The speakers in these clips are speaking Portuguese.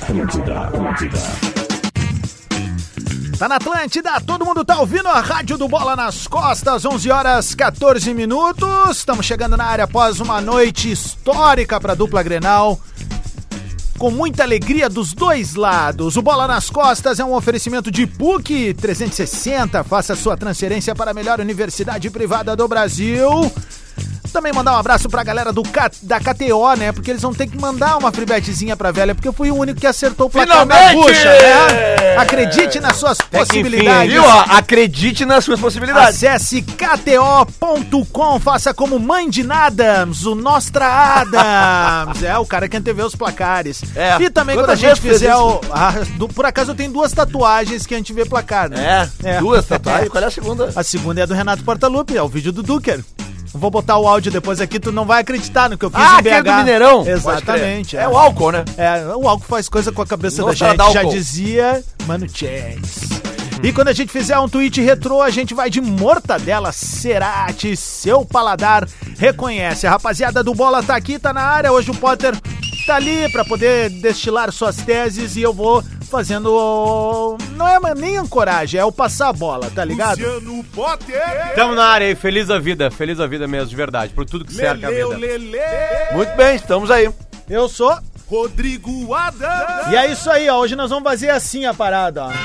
Tá na Atlântida, todo mundo tá ouvindo a Rádio do Bola nas Costas, 11 horas 14 minutos. Estamos chegando na área após uma noite histórica pra dupla Grenal, com muita alegria dos dois lados. O Bola nas Costas é um oferecimento de PUC 360. Faça sua transferência para a melhor universidade privada do Brasil. Também mandar um abraço pra galera da KTO, né? Porque eles vão ter que mandar uma freebetzinha pra velha, porque eu fui o único que acertou o placar na bucha, né? Acredite nas suas possibilidades. Viu? Acredite nas suas possibilidades. Acesse kto.com, faça como mãe de Adams, o Nostra Adams. É, o cara que antevê os placares. É. E também quando a gente fizer por acaso eu tenho 2 tatuagens que a gente vê placar, né? É. 2 tatuagens? Qual é a segunda? A segunda é a do Renato Portaluppi, é o vídeo do Duker. Vou botar o áudio depois aqui, tu não vai acreditar no que eu fiz em BH. Que é do Mineirão? Exatamente. É o álcool, né? É, o álcool faz coisa com a cabeça da Nossa, gente, já dizia Mano Chess. E quando a gente fizer um tweet retrô, a gente vai de mortadela Cerati, seu paladar reconhece. A rapaziada do Bola tá aqui, tá na área, hoje o Potter tá ali pra poder destilar suas teses e eu vou fazendo, não é nem ancoragem, é o passar a bola, tá ligado? Luciano Potter! Estamos na área aí, feliz a vida mesmo, de verdade, por tudo que cerca a vida. Muito bem, estamos aí. Eu sou Rodrigo Adams! E é isso aí, ó, hoje nós vamos fazer assim a parada, ó.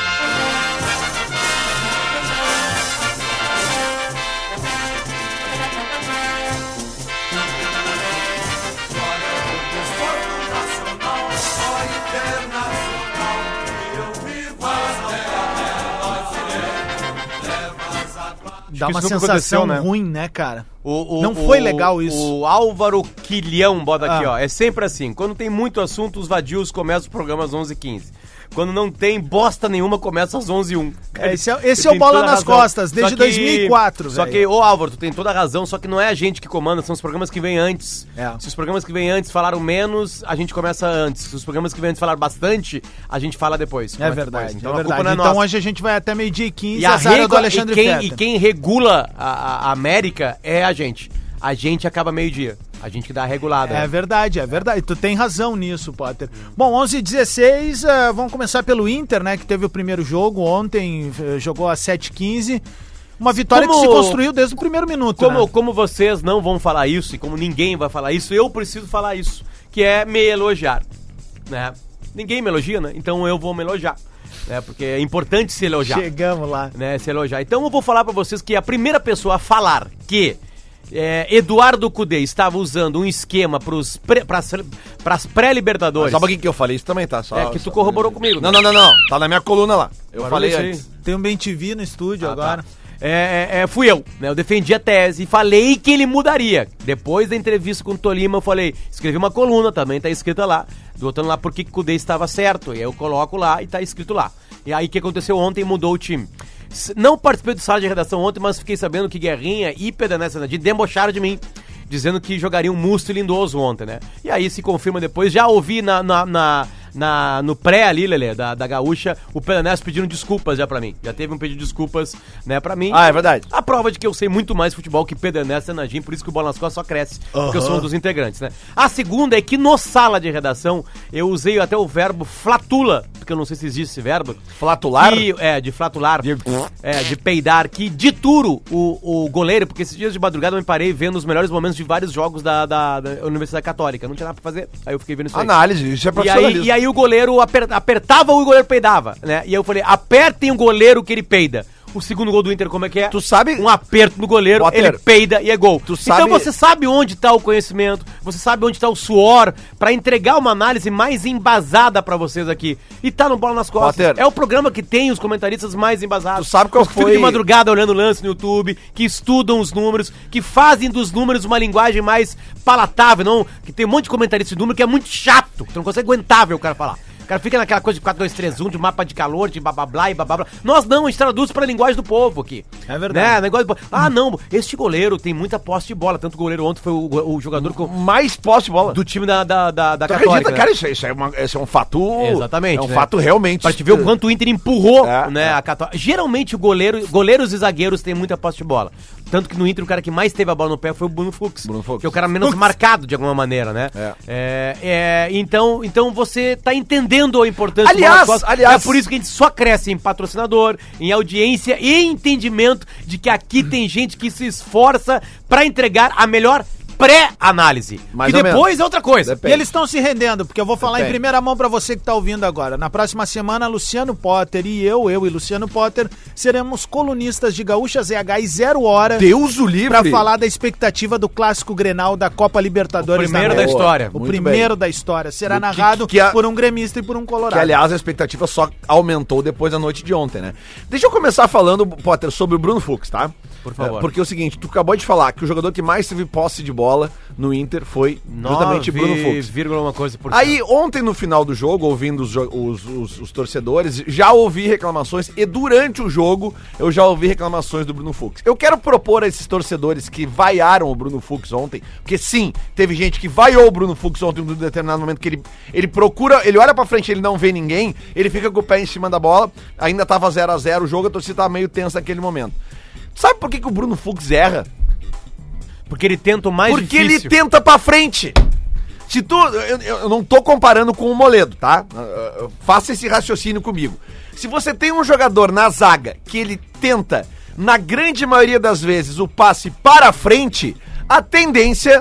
Dá uma sensação ruim, né, cara? Não foi legal isso. O Álvaro Quilhão bota aqui, ó. É sempre assim. Quando tem muito assunto, os vadios começam o programa às 11h15. Quando não tem bosta nenhuma, começa às 11h01. Esse é o Bola nas Costas, desde 2004, Só que, Álvaro, tu tem toda a razão, só que não é a gente que comanda, são os programas que vêm antes. É. Se os programas que vêm antes falaram menos, a gente começa antes. Se os programas que vêm antes falaram bastante, a gente fala depois. É verdade, Então, é a culpa verdade. não é Então nossa. hoje a gente vai até 12h15, E a do Alexandre Fetter. E quem regula a América é a gente. A gente acaba meio-dia. A gente que dá a regulada. É verdade, é verdade. Tu tem razão nisso, Potter. Bom, 11h16, vamos começar pelo Inter, né? Que teve o primeiro jogo ontem, jogou às 7h15. Uma vitória que se construiu desde o primeiro minuto, Como vocês não vão falar isso, e como ninguém vai falar isso, eu preciso falar isso. Que é me elogiar, né? Ninguém me elogia, né? Então eu vou me elogiar. Porque é importante se elogiar. Chegamos lá. Né? Se elogiar. Então eu vou falar pra vocês que a primeira pessoa a falar que Eduardo Cudê estava usando um esquema pras pré-libertadores. Sabe o que eu falei? Isso também tá só. Que tu corroborou comigo. Não. Tá na minha coluna lá. Eu falei antes. Tem um BenTV no estúdio agora. Tá. Fui eu, né? Eu defendi a tese e falei que ele mudaria. Depois da entrevista com o Tolima, eu falei, escrevi uma coluna, também tá escrita lá, botando lá por que o Cudê estava certo. E aí eu coloco lá e tá escrito lá. E aí o que aconteceu ontem? Mudou o time. Não participei do sala de redação ontem, mas fiquei sabendo que Guerrinha e Pedernessa debocharam de mim, dizendo que jogariam Musto e Lindoso ontem, né? E aí se confirma depois. Já ouvi no pré ali, Lelê, da Gaúcha, o Pedernessa pedindo desculpas já pra mim. Já teve um pedido de desculpas, né, pra mim. É verdade. A prova de que eu sei muito mais futebol que Pedernessa e Nadim, por isso que o Bola nas Costas só cresce, porque eu sou um dos integrantes, né? A segunda é que no sala de redação eu usei até o verbo flatula, porque eu não sei se existe esse verbo. Flatular? De flatular. De peidar, que dituro o goleiro, porque esses dias de madrugada eu me parei vendo os melhores momentos de vários jogos da Universidade Católica. Não tinha nada pra fazer, aí eu fiquei vendo isso aí. Análise, isso é profissionalismo. E aí o goleiro apertava o goleiro peidava, né? E aí eu falei, apertem o goleiro que ele peida. O segundo gol do Inter, como é que é? Tu sabe? Um aperto no goleiro, Potter, ele peida e é gol. Sabe... Então você sabe onde tá o conhecimento, você sabe onde tá o suor pra entregar uma análise mais embasada pra vocês aqui. E tá no Bola nas Costas. Potter, é o programa que tem os comentaristas mais embasados. Tu sabe qual foi? Fico de madrugada olhando lance no YouTube, que estudam os números, que fazem dos números uma linguagem mais palatável, não? Que tem um monte de comentarista de número que é muito chato. Tu não consegue aguentar ver o cara falar. O cara fica naquela coisa de 4, 2, 3, 1, de mapa de calor, de blá e blá. Nós não, a gente traduz pra linguagem do povo aqui. É verdade. Né? Negócio do povo. Ah, não, este goleiro tem muita posse de bola. Tanto o goleiro ontem foi o jogador com mais posse de bola do time da Católica. Acredita, cara, isso é um fato. Exatamente. É um fato realmente. Pra te ver o quanto o Inter empurrou, né, a Católica. Geralmente goleiros e zagueiros têm muita posse de bola. Tanto que no Inter o cara que mais teve a bola no pé foi o Bruno Fux. Bruno Fux. Que é o cara menos marcado de alguma maneira, né? Então você tá entendendo a importância Aliás, é por isso que a gente só cresce em patrocinador, em audiência e entendimento de que aqui tem gente que se esforça pra entregar a melhor pré-análise. Mais E ou depois menos. é outra coisa. Depende. E eles estão se rendendo, porque eu vou falar em Depende. primeira mão pra você que tá ouvindo agora. Na próxima semana, Luciano Potter e eu e Luciano Potter, seremos colunistas de Gaúcha ZH e 0 hora Deus o livre. pra falar da expectativa do clássico Grenal da Copa Libertadores O primeiro América. da história. O Muito primeiro da história. Será Que- narrado que a- por um gremista e por um colorado. Que, aliás, a expectativa só aumentou depois da noite de ontem, né? Deixa eu começar falando, Potter, sobre o Bruno Fux, tá? Por favor. Porque é o seguinte, tu acabou de falar que o jogador que mais teve posse de bola no Inter foi justamente Bruno Fux. Uma coisa por Aí, ontem no final do jogo, ouvindo os torcedores, já ouvi reclamações, e durante o jogo eu já ouvi reclamações do Bruno Fux. Eu quero propor a esses torcedores que vaiaram o Bruno Fux ontem, porque sim, teve gente que vaiou o Bruno Fux ontem num determinado momento, que ele procura, ele olha pra frente, ele não vê ninguém, ele fica com o pé em cima da bola, ainda tava 0-0 o jogo, a torcida tava meio tensa naquele momento. Sabe por que o Bruno Fux erra? Porque ele tenta o mais Porque difícil. ele tenta pra frente. Se tu. Eu não tô comparando com o Moledo, tá? Faça esse raciocínio comigo. Se você tem um jogador na zaga que ele tenta, na grande maioria das vezes, o passe para frente, a tendência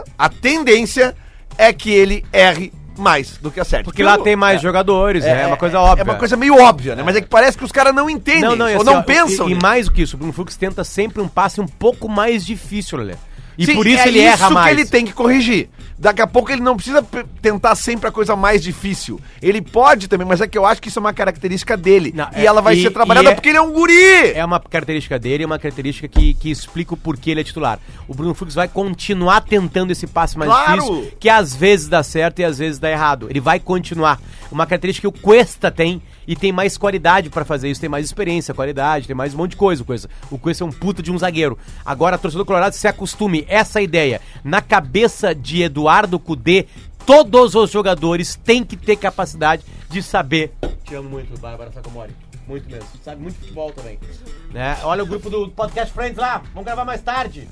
é que ele erre mais do que acerte. Porque lá tem mais jogadores, né? É uma coisa óbvia. É uma coisa meio óbvia, né? Mas é que parece que os caras não entendem e ou assim, não ó, pensam. E nisso. mais do que isso, o Bruno Fux tenta sempre um passe um pouco mais difícil, Lelê. E Sim, por isso ele erra mais. É isso que ele tem que corrigir. Daqui a pouco ele não precisa tentar sempre a coisa mais difícil. Ele pode também, mas é que eu acho que isso é uma característica dele. Não, e ela vai ser trabalhada porque ele é um guri. É uma característica dele, é uma característica que explica o porquê ele é titular. O Bruno Fux vai continuar tentando esse passe mais Claro! difícil, que às vezes dá certo e às vezes dá errado. Ele vai continuar. Uma característica que o Cuesta tem e tem mais qualidade pra fazer isso, tem mais experiência, qualidade, tem mais um monte de coisa. O Cuesta é um puta de um zagueiro. Agora, torcedor colorado, se acostume. Essa ideia, na cabeça de Eduardo Cudê, todos os jogadores têm que ter capacidade de saber. Te amo muito, Bárbara Sacomori. Muito mesmo. Sabe muito futebol também. Né? Olha o grupo do Podcast Friends lá. Vamos gravar mais tarde.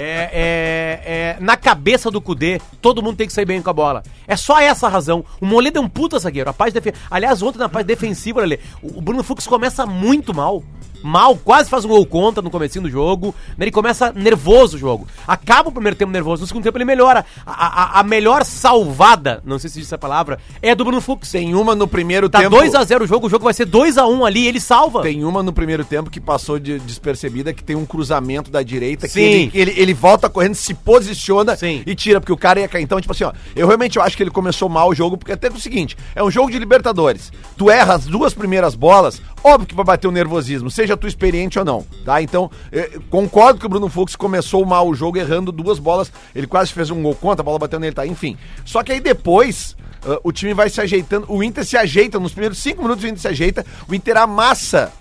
Na cabeça do Cudê, todo mundo tem que sair bem com a bola. É só essa a razão. O Moledo é um puta zagueiro. A parte Aliás, ontem na parte defensiva, o Bruno Fux começa muito mal. Quase faz um gol contra no comecinho do jogo, né? Ele começa nervoso o jogo, acaba o primeiro tempo nervoso, no segundo tempo ele melhora. A melhor salvada, não sei se existe essa palavra, é do Bruno Fux. Tem uma no primeiro Tá tempo. 2-0 o jogo vai ser 2-1 ali, ele salva. Tem uma no primeiro tempo que passou despercebida, que tem um cruzamento da direita, Sim. que ele volta correndo, se posiciona Sim. e tira, porque o cara ia cair. Então, tipo assim, ó, eu realmente acho que ele começou mal o jogo, porque até o seguinte, é um jogo de Libertadores. Tu erra as duas primeiras bolas, óbvio que vai bater o nervosismo, seja tu experiente ou não, tá? Então, concordo que o Bruno Fux começou mal o jogo errando duas bolas, ele quase fez um gol contra, a bola bateu nele, tá? Enfim. Só que aí depois, o time vai se ajeitando, o Inter se ajeita, nos primeiros 5 minutos o Inter se ajeita, o Inter amassa.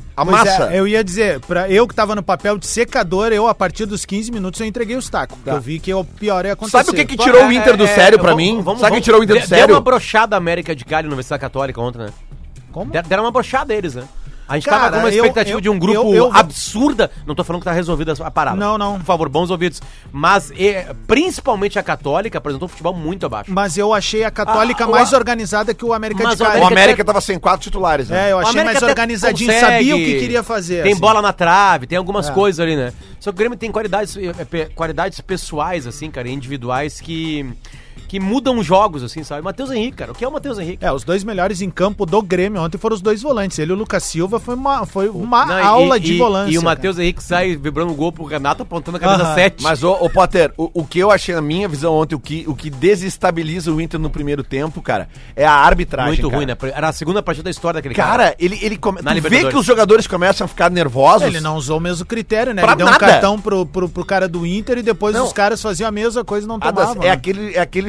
Eu ia dizer, pra eu que tava no papel de secador, a partir dos 15 minutos eu entreguei os tacos, porque eu vi que o pior ia acontecer. Sabe o que tirou o Inter do sério pra mim? Sabe o que tirou o Inter do Deu sério? uma brochada América de Cali na Universidade Católica ontem, né? Como? Deram uma brochada eles, né? A gente Cara, tava com uma expectativa de um grupo eu- absurda. Não tô falando que tá resolvida a parada. Não. Por favor, bons ouvidos. Mas, principalmente a Católica, apresentou um futebol muito abaixo. Mas eu achei a Católica mais organizada que o América Mas de o Cali. O América tava sem 4 titulares, né? Eu O achei América mais até organizadinho, consegue, sabia o que queria fazer. Tem assim. bola na trave, tem algumas coisas ali, né? Só que o Grêmio tem qualidades pessoais, assim, cara, individuais que mudam jogos, assim, sabe? Matheus Henrique, cara. O que é o Matheus Henrique? Os dois melhores em campo do Grêmio ontem foram os dois volantes. Ele e o Lucas Silva foi uma Não, aula de volância. E o Matheus Henrique sai vibrando o gol pro Renato, apontando a camisa 7. Mas, ô Potter, o que eu achei na minha visão ontem, o que desestabiliza o Inter no primeiro tempo, cara, é a arbitragem, Muito cara. ruim, né? Era a segunda partida da história daquele Cara, ele tu vê Libertadores. que os jogadores começam a ficar nervosos. Ele não usou o mesmo critério, né? Pra Ele deu nada. um cartão pro cara do Inter e depois Não. os caras faziam a mesma coisa e não Adas, tomavam. é né? aquele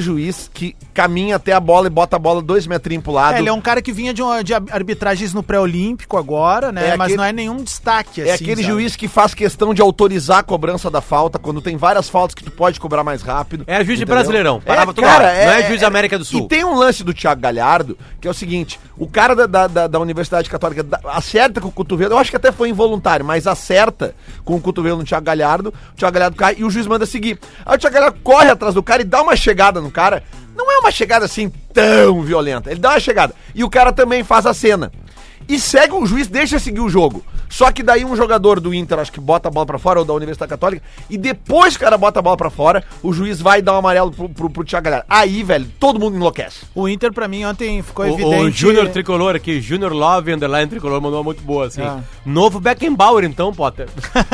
juiz que caminha até a bola e bota a bola 2 metrinhos pro lado. Ele é um cara que vinha de arbitragens no pré-olímpico agora, né? Mas não é nenhum destaque, assim. É aquele juiz que faz questão de autorizar a cobrança da falta, quando tem várias faltas que tu pode cobrar mais rápido. É juiz de Brasileirão. Parava tudo cara, não é juiz da América do Sul. E tem um lance do Thiago Galhardo, que é o seguinte, o cara da Universidade Católica acerta com o cotovelo, eu acho que até foi involuntário, mas acerta com o cotovelo no Thiago Galhardo, o Thiago Galhardo cai e o juiz manda seguir. Aí o Thiago Galhardo corre atrás do cara e dá uma chegada no cara. Não é uma chegada assim tão violenta, ele dá uma chegada. E o cara também faz a cena. E segue o juiz, deixa seguir o jogo. Só que daí um jogador do Inter, acho que bota a bola pra fora, ou da Universidade Católica, e depois que o cara bota a bola pra fora, o juiz vai dar um amarelo pro Thiago Galhardo. Aí, velho, todo mundo enlouquece. O Inter, pra mim, ontem ficou evidente... O Júnior Tricolor aqui, Júnior Love, underline Tricolor, mandou uma muito boa, assim. Novo Beckenbauer, então, Potter.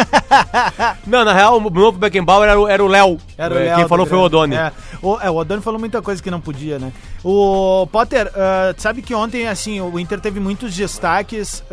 Não, na real, o novo Beckenbauer era o Léo. Era o Léo. Quem falou foi o Odoni. O Odoni falou muita coisa que não podia, né? O Potter, sabe que ontem, assim, o Inter teve muitos destaques.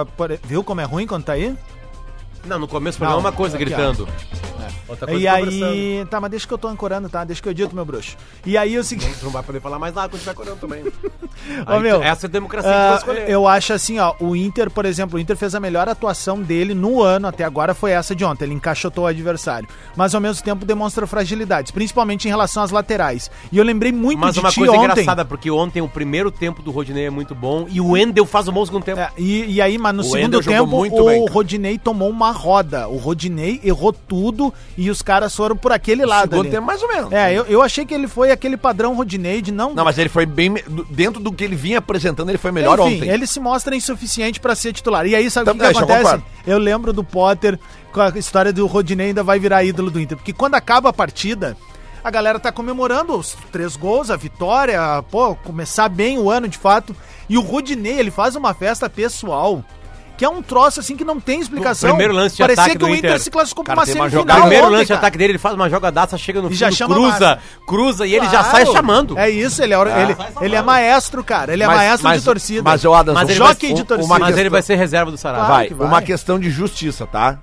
Viu como é ruim quando tá aí? Não, no começo foi uma coisa aqui, gritando. Outra coisa e aí... Tá, mas deixa que eu tô ancorando, tá? Deixa que eu edito, meu bruxo. E aí o seguinte... Não vai poder falar mais nada quando estiver ancorando também. Ô, meu, essa é a democracia que vai escolher. Eu acho assim, ó, o Inter, por exemplo, o Inter fez a melhor atuação dele no ano até agora, foi essa de ontem. Ele encaixotou o adversário. Mas ao mesmo tempo demonstra fragilidades, principalmente em relação às laterais. E eu lembrei muito de ti ontem. Mas uma coisa engraçada, porque ontem o primeiro tempo do Rodinei é muito bom e o Wendel faz o bom segundo tempo. E aí, mas no segundo tempo, o Rodinei tomou uma roda. O Rodinei errou tudo e os caras foram por aquele lado. Segundo tempo, mais ou menos. Eu achei que ele foi aquele padrão Rodinei de não... Não, mas ele foi bem... Dentro do que ele vinha apresentando, ele foi melhor ontem. Ele se mostra insuficiente pra ser titular. E aí, sabe o que acontece? Eu lembro do Potter com a história do Rodinei ainda vai virar ídolo do Inter. Porque quando acaba a partida, a galera tá comemorando os 3 gols, a vitória, começar bem o ano de fato. E o Rodinei, ele faz uma festa pessoal... que é um troço assim que não tem explicação. O primeiro lance de parecia ataque que o Inter se classificou pra uma semifinal. O primeiro lance de ataque dele, ele faz uma jogadaça, chega no fundo, cruza e ele já sai chamando. É isso, ele é maestro, cara. Ele é maestro de torcida. Mas eu Adams, jockey de torcida. Mas ele vai ser reserva do Sarabia. Vai. Uma questão de justiça, tá?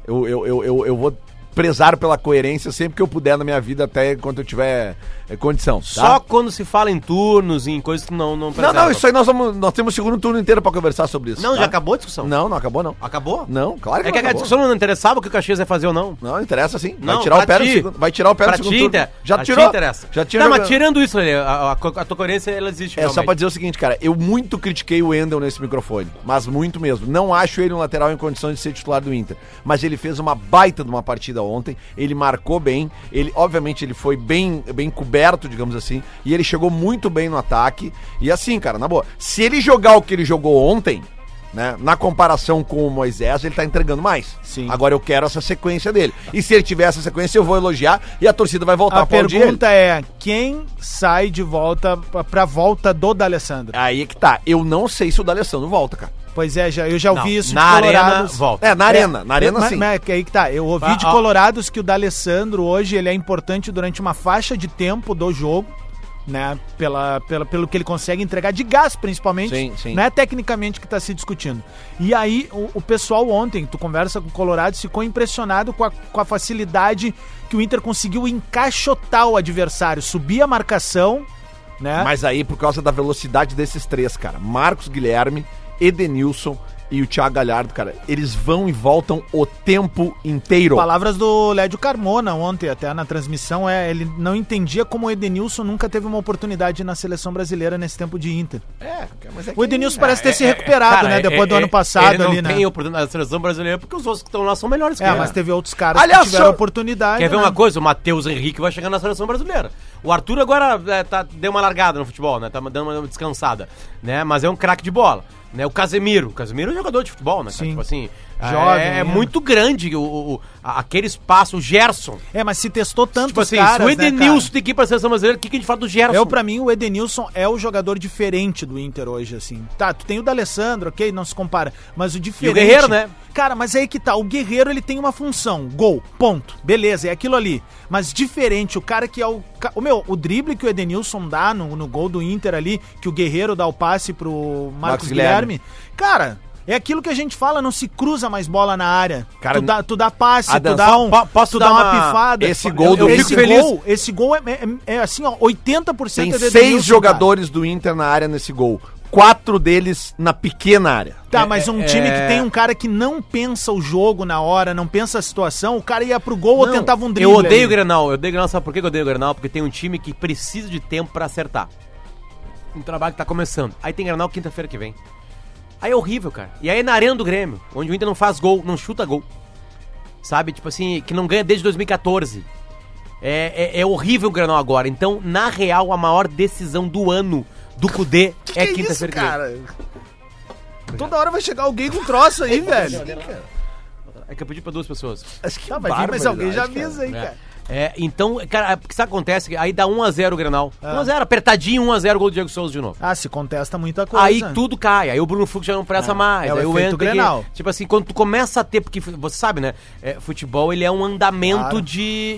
Eu vou prezar pela coerência sempre que eu puder na minha vida, até enquanto eu tiver condição. Tá? Só quando se fala em turnos, em coisas que não preservam. Não, isso aí nós temos o segundo turno inteiro pra conversar sobre isso. Não, tá? já acabou a discussão? Não acabou não. Acabou? Não, claro que não acabou. A discussão não interessava o que o Caxias ia fazer ou não? Não, interessa sim. Não, vai tirar o pé no segundo turno. Já tirou. Interessa. Não, mas tirando isso, a tua coerência, ela existe realmente. Só pra dizer o seguinte, cara, eu muito critiquei o Wendel nesse microfone, mas muito mesmo. Não acho ele um lateral em condições de ser titular do Inter, mas ele fez uma baita de uma partida ontem, ele marcou bem, obviamente ele foi bem coberto, digamos assim, e ele chegou muito bem no ataque, e assim, cara, na boa, se ele jogar o que ele jogou ontem, né, na comparação com o Moisés, ele tá entregando mais. Sim. Agora eu quero essa sequência dele, e se ele tiver essa sequência eu vou elogiar, e a torcida vai voltar a pergunta é, quem sai de volta pra volta do D'Alessandro? Aí é que tá, eu não sei se o D'Alessandro volta, cara. Pois é, eu já ouvi isso de Colorados. Volta. Na arena sim. Aí que tá, eu ouvi de Colorados que o D'Alessandro hoje ele é importante durante uma faixa de tempo do jogo, né, pelo que ele consegue entregar de gás, principalmente, sim. Não é tecnicamente que tá se discutindo. E aí, o pessoal ontem, tu conversa com o Colorado, ficou impressionado com a facilidade que o Inter conseguiu encaixotar o adversário, subir a marcação, né? Mas aí, por causa da velocidade desses 3, cara, Marcos Guilherme, Edenilson e o Thiago Galhardo, cara, eles vão e voltam o tempo inteiro. Palavras do Lédio Carmona ontem, até na transmissão, ele não entendia como o Edenilson nunca teve uma oportunidade na seleção brasileira nesse tempo de Inter. O Edenilson parece ter se recuperado, né, depois do ano passado ele ali, não tem oportunidade na seleção brasileira porque os outros que estão lá são melhores que ele. Mas teve outros caras que tiveram oportunidade. Quer ver uma coisa? O Matheus Henrique vai chegar na seleção brasileira. O Arthur agora deu uma largada no futebol, né, tá dando uma descansada, né, mas é um craque de bola. Né, o Casemiro é um jogador de futebol, né? Sim. Tipo assim, jovem, é muito grande aquele espaço, o Gerson. Mas se testou tantos tipo assim, caras, se o Edenilson tem que ir pra seleção brasileira, o que a gente fala do Gerson? Pra mim, o Edenilson é o jogador diferente do Inter hoje, assim. Tá, tu tem o D'Alessandro, ok, não se compara, mas o diferente... E o Guerreiro, né? Cara, mas aí que tá, o Guerreiro, ele tem uma função, gol, ponto, beleza, é aquilo ali. Mas diferente, o cara que é o drible que o Edenilson dá no gol do Inter ali, que o Guerreiro dá o passe pro Marcos Guilherme, cara... É aquilo que a gente fala, não se cruza mais bola na área. Cara, tu dá passe, Adam, tu dá posso tu dar dá uma uma- pifada. Esse gol do esse Fico gol, esse gol é assim, ó, 80% Tem é do 6 Edenilson, jogadores do Inter na área nesse gol. 4 deles na pequena área. Tá, mas um time que tem um cara que não pensa o jogo na hora, não pensa a situação, o cara ia pro gol ou tentava um drible. Eu odeio o ali. Grenal. Eu odeio o Grenal, sabe por que eu odeio o Grenal? Porque tem um time que precisa de tempo pra acertar. Um trabalho que tá começando. Aí tem Grenal quinta-feira que vem. Aí é horrível, cara. E aí é na arena do Grêmio, onde o Inter não faz gol, não chuta gol. Sabe? Tipo assim, que não ganha desde 2014. É horrível o Grenal agora. Então, na real, a maior decisão do ano do Cudê é quinta-feira que vem. cara? Toda hora vai chegar alguém com troço aí, velho. É que eu pedi pra 2 pessoas. Tá, vai vir, mas alguém já avisa aí, cara. Então, cara, o que isso acontece? Aí dá 1x0 o Grenal. 1x0, apertadinho, 1x0 gol do Diego Souza de novo. Ah, se contesta muita coisa. Aí tudo cai, aí o Bruno Fux já não presta mais. é o Aí o efeito Enter Grenal. tipo assim, quando tu começa a ter, porque você sabe, né? Futebol ele é um andamento Claro.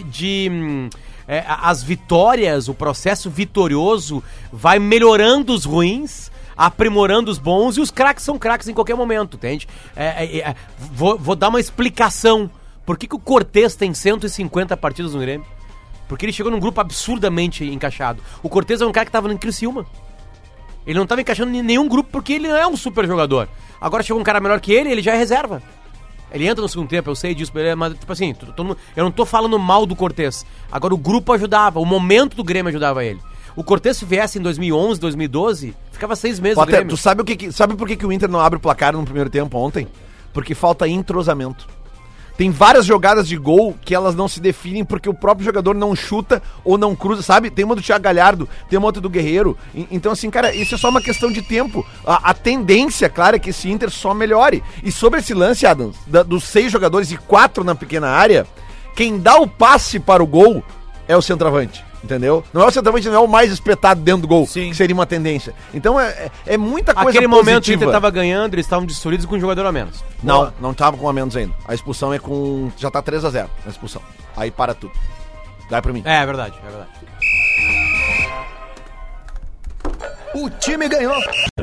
as vitórias, o processo vitorioso vai melhorando os ruins, aprimorando os bons, e os craques são craques em qualquer momento, entende? Vou dar uma explicação. Por que o Cortez tem 150 partidas no Grêmio? Porque ele chegou num grupo absurdamente encaixado. O Cortez é um cara que tava no Criciúma. Ele não tava encaixando em nenhum grupo porque ele não é um super jogador. Agora chegou um cara melhor que ele já é reserva. Ele entra no segundo tempo, eu sei disso, mas tipo assim, eu não tô falando mal do Cortez. Agora o grupo ajudava, o momento do Grêmio ajudava ele. O Cortez se viesse em 2011, 2012, ficava 6 meses no Potter, Grêmio. tu sabe por que o Inter não abre o placar no primeiro tempo ontem? Porque falta entrosamento. Tem várias jogadas de gol que elas não se definem porque o próprio jogador não chuta ou não cruza, sabe? Tem uma do Thiago Galhardo, tem uma outra do Guerreiro. Então, assim, cara, isso é só uma questão de tempo. A tendência, claro, é que esse Inter só melhore. E sobre esse lance, Adams, dos 6 jogadores e 4 na pequena área, quem dá o passe para o gol é o centroavante. Entendeu? Não é o centroavante, não é o mais espetado dentro do gol, Sim. que seria uma tendência. Então é muita coisa Aquele momento o Inter positiva. tava ganhando, eles estavam destruídos com um jogador a menos. Não tava com a menos ainda. A expulsão é com... Já tá 3-0 a expulsão. Aí para tudo. Dá pra mim. É verdade. O time ganhou.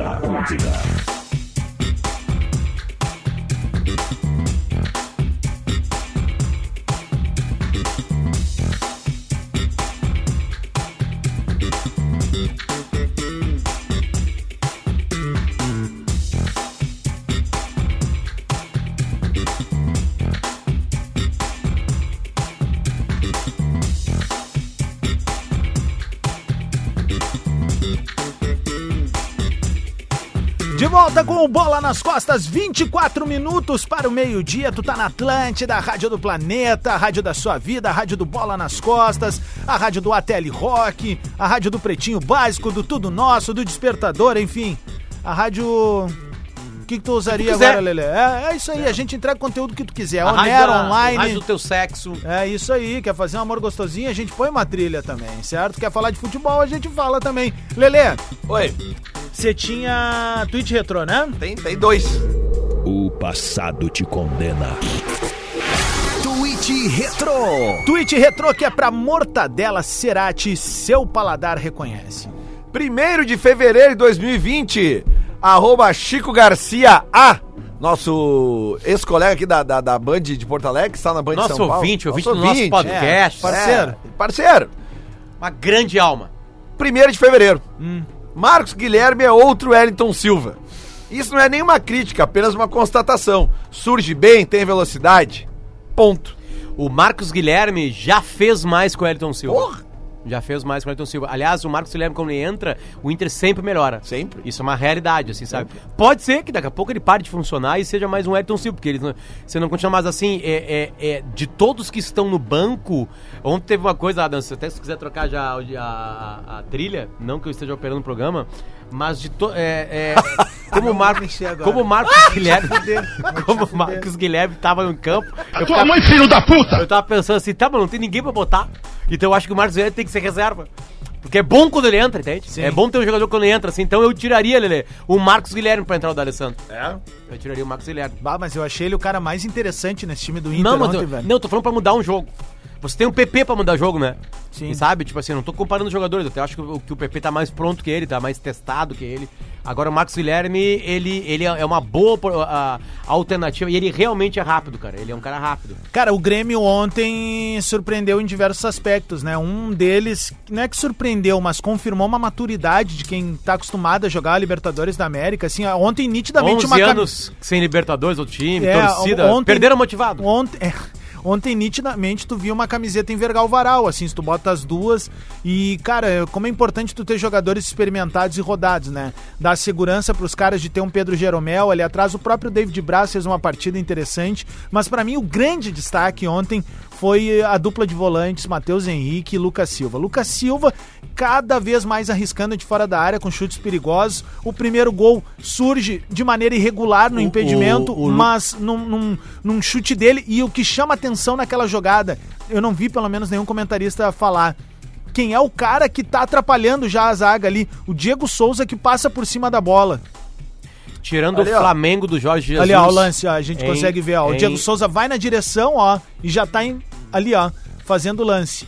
De volta com o Bola nas Costas, 24 minutos para o meio-dia. Tu tá na Atlântida, a rádio do planeta, a rádio da sua vida, a rádio do Bola nas Costas, a rádio do ATL Rock, a rádio do Pretinho Básico, do Tudo Nosso, do Despertador, enfim. A rádio... O que tu usaria agora, Lelê? É isso aí, a gente entrega o conteúdo que tu quiser. Onero, online. A rádio do teu sexo. É isso aí, quer fazer um amor gostosinho, a gente põe uma trilha também, certo? Quer falar de futebol, a gente fala também. Lelê, Oi. você tinha tweet retrô, né? Tem 2. O passado te condena. Tweet Retro. Tweet retrô que é pra Mortadela Cerati, seu paladar reconhece. 1º de fevereiro de 2020, @Chico Garcia A, nosso ex-colega aqui da Band de Porto Alegre, que está na Band de Nosso São Paulo. ouvinte do nosso podcast. Parceiro. Uma grande alma. 1º de fevereiro. Marcos Guilherme é outro Wellington Silva. Isso não é nenhuma crítica, apenas uma constatação. Surge bem, tem velocidade. Ponto. O Marcos Guilherme já fez mais com o Wellington Silva. Já fez mais com o Wellington Silva. Aliás, o Marcos Guilherme, quando ele entra, o Inter sempre melhora. Sempre. Isso é uma realidade, assim, sabe? Pode ser que daqui a pouco ele pare de funcionar e seja mais um Wellington Silva, porque você não continua mais assim. De todos que estão no banco, ontem teve uma coisa, Adam, até se você quiser trocar já a trilha, não que eu esteja operando o programa, mas como o Marcos Guilherme tava no campo. Tua mãe, filho da puta! Eu tava pensando assim, tá, mas não tem ninguém pra botar. Então eu acho que o Marcos Guilherme tem que ser reserva. Porque é bom quando ele entra, entende? Sim. É bom ter um jogador quando ele entra, assim. Então eu tiraria, Lelê, o Marcos Guilherme pra entrar o D'Alessandro. Eu tiraria o Marcos Guilherme. Bah, mas eu achei ele o cara mais interessante nesse time do Inter Não, mas ontem, velho. eu tô falando pra mudar um jogo. Você tem um PP pra mudar jogo, né? Sim. E sabe? Tipo assim, eu não tô comparando os jogadores, eu até acho que o PP tá mais pronto que ele, tá mais testado que ele. Agora o Max Guilherme, ele é uma boa alternativa e ele realmente é rápido, cara. Ele é um cara rápido. Cara, o Grêmio ontem surpreendeu em diversos aspectos, né? Um deles, não é que surpreendeu, mas confirmou uma maturidade de quem tá acostumado a jogar a Libertadores da América. Assim, ontem nitidamente 11 anos sem Libertadores, o time, É, torcida, ontem- perderam motivado. Ontem, nitidamente, tu viu uma camiseta em vergal varal, assim, se tu bota as duas. E, cara, como é importante tu ter jogadores experimentados e rodados, né? Dar segurança pros caras de ter um Pedro Jeromel ali atrás. O próprio David Braz fez uma partida interessante. Mas pra mim, o grande destaque ontem foi a dupla de volantes, Matheus Henrique e Lucas Silva. Lucas Silva cada vez mais arriscando de fora da área com chutes perigosos. O primeiro gol surge de maneira irregular no impedimento, mas num chute dele. E o que chama atenção naquela jogada, eu não vi pelo menos nenhum comentarista falar quem é o cara que tá atrapalhando já a zaga ali. O Diego Souza, que passa por cima da bola. Tirando Ali, o ó. Flamengo do Jorge Jesus. Ali, ó, o lance, ó, a gente Em- consegue ver, ó. O em- Diego Souza vai na direção, ó, e já tá ali, ó, fazendo o lance.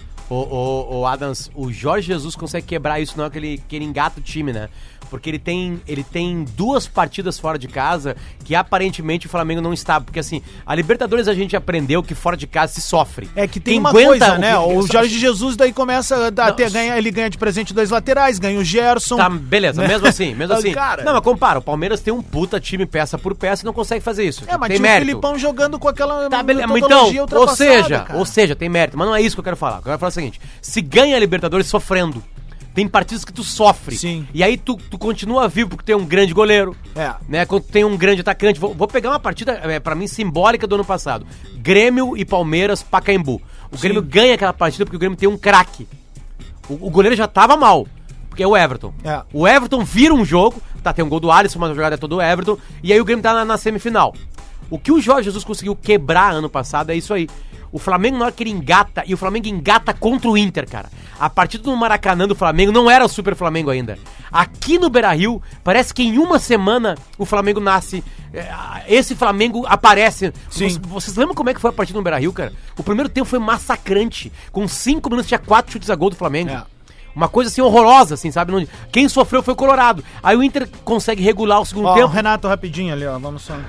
O Adams, o Jorge Jesus consegue quebrar isso, não é que ele engata o time, né? Porque ele tem 2 partidas fora de casa que aparentemente o Flamengo não está. Porque assim, a Libertadores a gente aprendeu que fora de casa se sofre. É que tem Quem uma aguenta coisa, né? O Jorge Jesus daí começa a Não, ganha, ele ganha de presente 2 laterais, ganha o Gerson. Tá, beleza, né? mesmo assim. Cara, Não, mas compara, o Palmeiras tem um puta time peça por peça e não consegue fazer isso. mas tem tinha mérito. o Filipão jogando com aquela Tá, beleza. Então, metodologia ultrapassada, cara. ou seja, tem mérito. Mas não é isso que eu quero falar. Eu quero falar o seguinte: se ganha a Libertadores sofrendo, tem partidas que tu sofre. Sim. E aí tu continua vivo porque tem um grande goleiro. É. Né? Quando tem um grande atacante. Vou pegar uma partida, pra mim, simbólica do ano passado. Grêmio e Palmeiras, Pacaembu. O Grêmio ganha aquela partida porque o Grêmio tem um craque. O goleiro já tava mal. Porque é o Everton. É. O Everton vira um jogo. Tá, tem um gol do Alisson, mas a jogada é toda do Everton. E aí o Grêmio tá na semifinal. O que o Jorge Jesus conseguiu quebrar ano passado é isso aí. O Flamengo, na hora que ele engata, e o Flamengo engata contra o Inter, cara. A partida do Maracanã do Flamengo não era o Super Flamengo ainda. Aqui no Beira-Rio, parece que em uma semana o Flamengo nasce. Esse Flamengo aparece. Sim. Vocês lembram como é que foi a partida no Beira-Rio, cara? O primeiro tempo foi massacrante. Com 5 minutos tinha 4 chutes a gol do Flamengo. É. Uma coisa assim horrorosa, assim, sabe? Quem sofreu foi o Colorado. Aí o Inter consegue regular o segundo Ó, o tempo. Renato, rapidinho ali, ó, vamos só.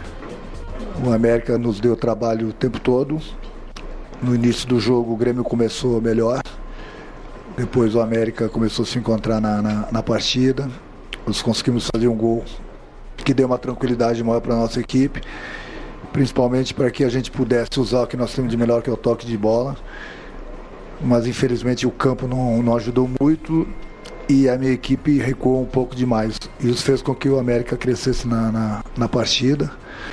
O América nos deu trabalho o tempo todo. No início do jogo o Grêmio começou melhor. Depois o América começou a se encontrar na partida. Nós conseguimos fazer um gol que deu uma tranquilidade maior para a nossa equipe. Principalmente para que a gente pudesse usar o que nós temos de melhor, que é o toque de bola. Mas infelizmente o campo não ajudou muito e a minha equipe recuou um pouco demais. Isso fez com que o América crescesse na partida.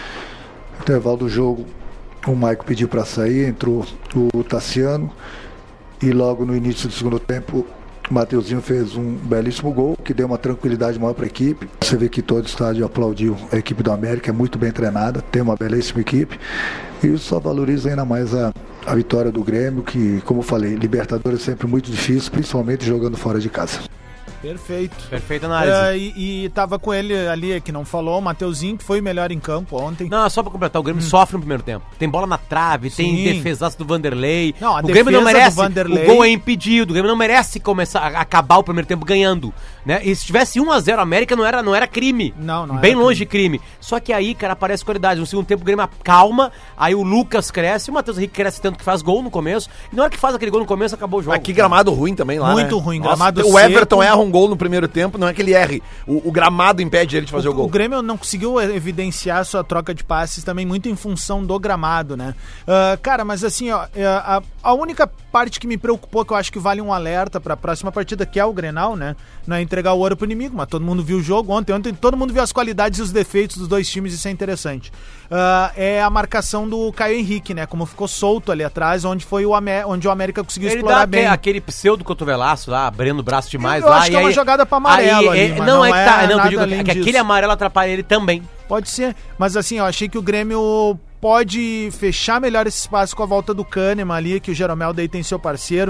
No intervalo do jogo, o Maico pediu para sair, entrou o Tassiano e logo no início do segundo tempo o Mateuzinho fez um belíssimo gol que deu uma tranquilidade maior para a equipe. Você vê que todo o estádio aplaudiu a equipe do América, é muito bem treinada, tem uma belíssima equipe e isso só valoriza ainda mais a vitória do Grêmio, que, como eu falei, Libertadores é sempre muito difícil, principalmente jogando fora de casa. Perfeito. Perfeita análise. E tava com ele ali, que não falou, o Mateuzinho, que foi o melhor em campo ontem. Não, só pra completar, o Grêmio sofre no primeiro tempo. Tem bola na trave, tem Sim. defesaço do Vanderlei. Não, a o Grêmio não defesa merece. do Vanderlei- O gol é impedido. O Grêmio não merece começar a acabar o primeiro tempo ganhando. Né? E se tivesse 1-0 América, não era crime. Não Bem era longe de crime. Só que aí, cara, aparece qualidade. No segundo tempo, o Grêmio calma. Aí o Lucas cresce. O Matheus Henrique cresce tanto que faz gol no começo. E na hora que faz aquele gol no começo, acabou o jogo. Aqui gramado ruim também lá, Muito né? ruim, Nossa, gramado o Everton seco. erra um gol no primeiro tempo, não é que ele erre. O gramado impede ele de fazer o gol. O Grêmio não conseguiu evidenciar sua troca de passes também muito em função do gramado, né? Cara, mas assim, ó, a única parte que me preocupou, que eu acho que vale um alerta pra próxima partida, que é o Grenal, né? Não é entregar o ouro pro inimigo, mas todo mundo viu o jogo ontem todo mundo viu as qualidades e os defeitos dos dois times, isso é interessante. É a marcação do Caio Henrique, né? Como ficou solto ali atrás, onde o América conseguiu Ele explorar dá bem. aquele pseudo cotovelaço lá, abrindo o braço demais Eu lá. acho que é uma jogada pra amarelo ali, mas não, não é que é tá. Não, que eu nada digo além que disso. aquele amarelo atrapalha ele também. Pode ser, mas assim, eu achei que o Grêmio pode fechar melhor esse espaço com a volta do Kahneman ali, que o Jeromel daí tem seu parceiro.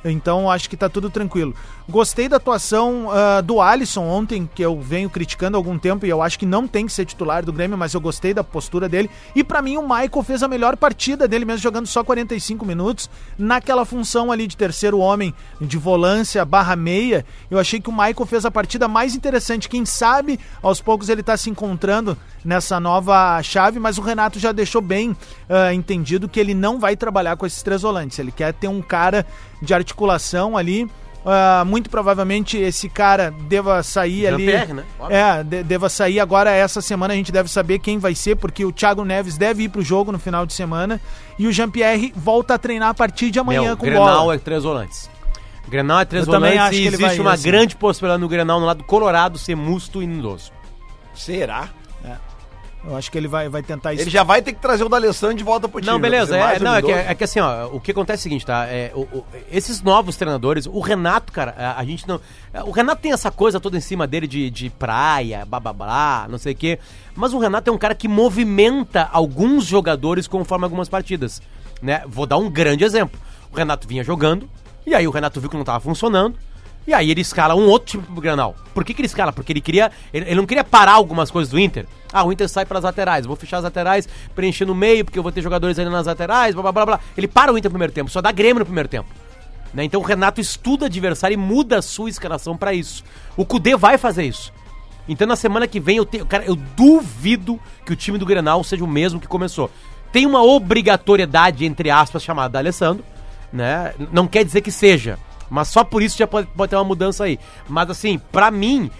Então acho que tá tudo tranquilo. Gostei da atuação do Alisson ontem, que eu venho criticando há algum tempo e eu acho que não tem que ser titular do Grêmio, mas eu gostei da postura dele. E pra mim o Michael fez a melhor partida dele, mesmo jogando só 45 minutos, naquela função ali de terceiro homem, de volância barra meia. Eu achei que o Michael fez a partida mais interessante. Quem sabe, aos poucos ele tá se encontrando nessa nova chave, mas o Renato já deixou bem entendido que ele não vai trabalhar com esses três volantes. Ele quer ter um cara de articulação ali. Muito provavelmente esse cara deva sair ali. Jean-Pierre, né? Deva sair agora essa semana. A gente deve saber quem vai ser, porque o Thiago Neves deve ir pro jogo no final de semana. E o Jean-Pierre volta a treinar a partir de amanhã com bola. Grenal é 3 volantes. Grenal é 3 Eu também volantes acho e que ele existe vai uma assim. grande possibilidade no Grenal no lado colorado ser Musto e Lindoso. Será? Eu acho que ele vai tentar isso. Ele já vai ter que trazer o D'Alessandro de volta pro time. Não, beleza. vai fazer mais É que assim, ó, o que acontece é o seguinte, tá? Esses novos treinadores, o Renato, cara, a gente não... O Renato tem essa coisa toda em cima dele de praia, blá, não sei o quê. Mas o Renato é um cara que movimenta alguns jogadores conforme algumas partidas, né? Vou dar um grande exemplo. O Renato vinha jogando, e aí o Renato viu que não tava funcionando, e aí ele escala um outro tipo de Grenal. Por que ele escala? Porque ele não queria parar algumas coisas do Inter. O Inter sai pelas laterais, vou fechar as laterais, preencher no meio, porque eu vou ter jogadores ali nas laterais, blá, blá, blá, blá. Ele para o Inter no primeiro tempo, só dá Grêmio no primeiro tempo. Né? Então o Renato estuda o adversário e muda a sua escalação pra isso. O Cudê vai fazer isso. Então na semana que vem, eu duvido que o time do Grenal seja o mesmo que começou. Tem uma obrigatoriedade, entre aspas, chamada D'Alessandro, né? Não quer dizer que seja, mas só por isso já pode ter uma mudança aí. Mas assim, pra mim,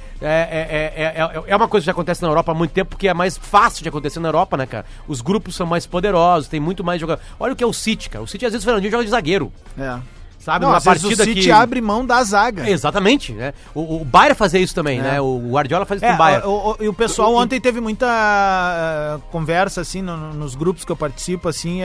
é uma coisa que já acontece na Europa há muito tempo, porque é mais fácil de acontecer na Europa, né, cara? Os grupos são mais poderosos, tem muito mais jogadores. Olha o que é o City, cara. O City, às vezes, o Fernandinho joga de zagueiro. Sabe? Não, numa às vezes partida o City que abre mão da zaga. Exatamente, né? O Bayern fazia isso também, né? O Guardiola faz isso com o Bayern. E o pessoal ontem teve muita conversa, assim, nos grupos que eu participo, assim,